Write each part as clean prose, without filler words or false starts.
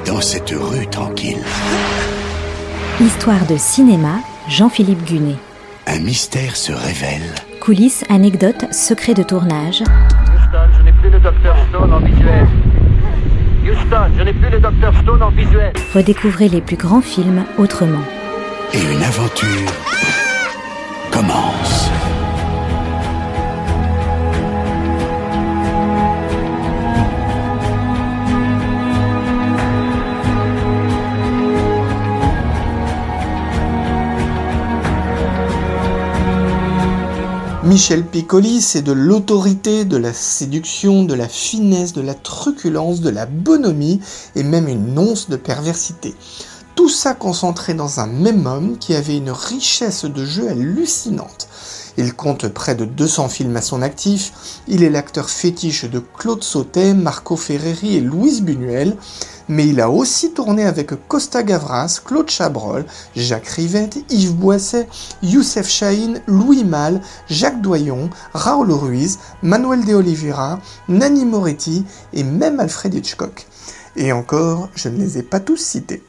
dans cette rue tranquille. Histoire de cinéma, Jean-Philippe Gunet. Un mystère se révèle. Coulisses, anecdotes, secrets de tournage. Houston, je n'ai plus le Dr Stone en visuel. Houston, je n'ai plus le Dr Stone en visuel. Redécouvrez les plus grands films autrement. Et une aventure commence. Michel Piccoli, c'est de l'autorité, de la séduction, de la finesse, de la truculence, de la bonhomie et même une once de perversité. Tout ça concentré dans un même homme qui avait une richesse de jeu hallucinante. Il compte près de 200 films à son actif, il est l'acteur fétiche de Claude Sautet, Marco Ferreri et Louise Buñuel, mais il a aussi tourné avec Costa Gavras, Claude Chabrol, Jacques Rivette, Yves Boisset, Youssef Chahine, Louis Malle, Jacques Doyon, Raoul Ruiz, Manuel de Oliveira, Nanni Moretti et même Alfred Hitchcock. Et encore, je ne les ai pas tous cités.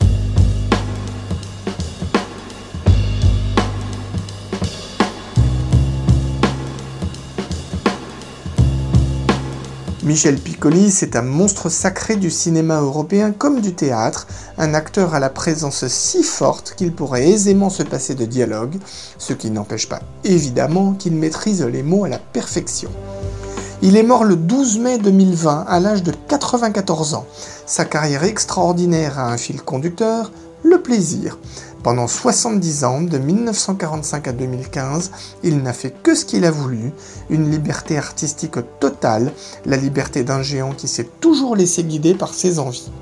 Michel Piccoli, c'est un monstre sacré du cinéma européen comme du théâtre, un acteur à la présence si forte qu'il pourrait aisément se passer de dialogue, ce qui n'empêche pas évidemment qu'il maîtrise les mots à la perfection. Il est mort le 12 mai 2020 à l'âge de 94 ans. Sa carrière extraordinaire a un fil conducteur, le plaisir. Pendant 70 ans, de 1945 à 2015, il n'a fait que ce qu'il a voulu, une liberté artistique totale, la liberté d'un géant qui s'est toujours laissé guider par ses envies.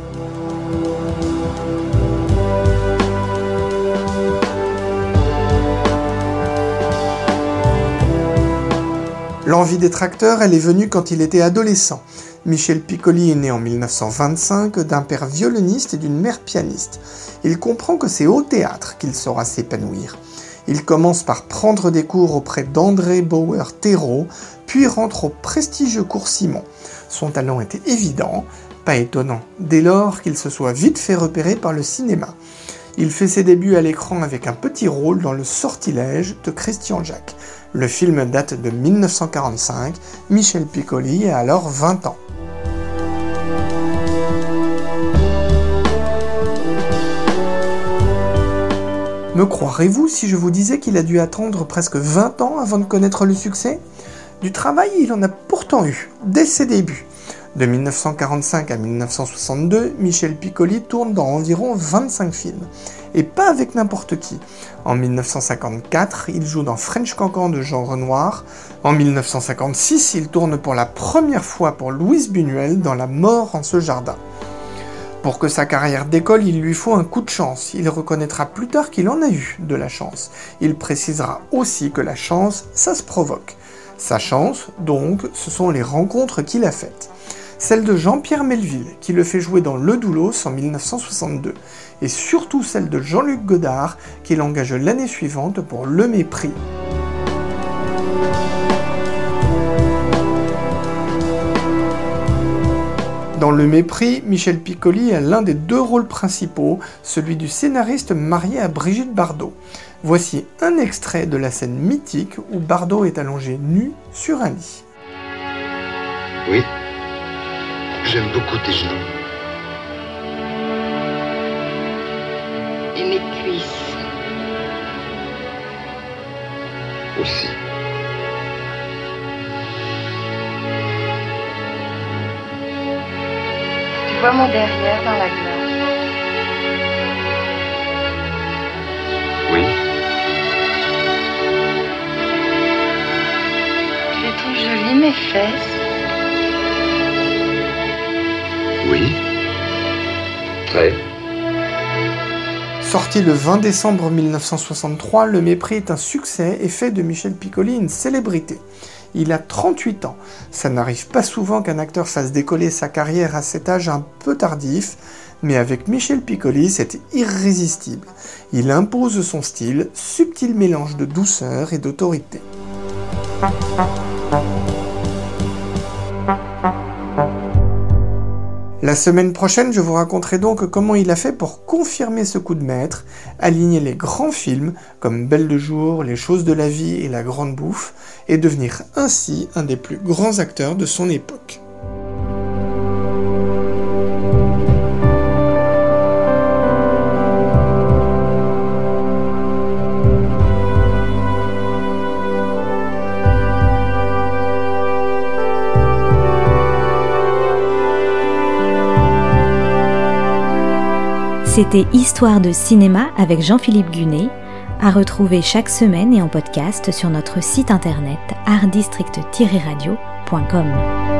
L'envie d'être acteur, elle est venue quand il était adolescent. Michel Piccoli est né en 1925 d'un père violoniste et d'une mère pianiste. Il comprend que c'est au théâtre qu'il saura s'épanouir. Il commence par prendre des cours auprès d'André Bauer-Thérault, puis rentre au prestigieux cours Simon. Son talent était évident, pas étonnant, dès lors qu'il se soit vite fait repérer par le cinéma. Il fait ses débuts à l'écran avec un petit rôle dans Le Sortilège de Christian Jacques. Le film date de 1945, Michel Piccoli a alors 20 ans. Me croirez-vous si je vous disais qu'il a dû attendre presque 20 ans avant de connaître le succès ? Du travail, il en a pourtant eu, dès ses débuts. De 1945 à 1962, Michel Piccoli tourne dans environ 25 films. Et pas avec n'importe qui. En 1954, il joue dans French Cancan de Jean Renoir. En 1956, il tourne pour la première fois pour Louise Buñuel dans La mort en ce jardin. Pour que sa carrière décolle, il lui faut un coup de chance. Il reconnaîtra plus tard qu'il en a eu de la chance. Il précisera aussi que la chance, ça se provoque. Sa chance, donc, ce sont les rencontres qu'il a faites. Celle de Jean-Pierre Melville, qui le fait jouer dans Le Doulos en 1962, et surtout celle de Jean-Luc Godard, qui l'engage l'année suivante pour Le Mépris. Dans Le Mépris, Michel Piccoli a l'un des deux rôles principaux, celui du scénariste marié à Brigitte Bardot. Voici un extrait de la scène mythique où Bardot est allongé nu sur un lit. Oui, j'aime beaucoup tes genoux. Et mes cuisses. Aussi. Tu vois mon derrière dans la glace. Oui. Tu les trouves jolies, mes fesses? Oui. Très. Sorti le 20 décembre 1963, Le Mépris est un succès et fait de Michel Piccoli une célébrité. Il a 38 ans. Ça n'arrive pas souvent qu'un acteur fasse décoller sa carrière à cet âge un peu tardif, mais avec Michel Piccoli, c'est irrésistible. Il impose son style, subtil mélange de douceur et d'autorité. La semaine prochaine, je vous raconterai donc comment il a fait pour confirmer ce coup de maître, aligner les grands films comme Belle de jour, Les choses de la vie et La grande bouffe, et devenir ainsi un des plus grands acteurs de son époque. C'était Histoire de cinéma avec Jean-Philippe Gunet, à retrouver chaque semaine et en podcast sur notre site internet artdistrict-radio.com.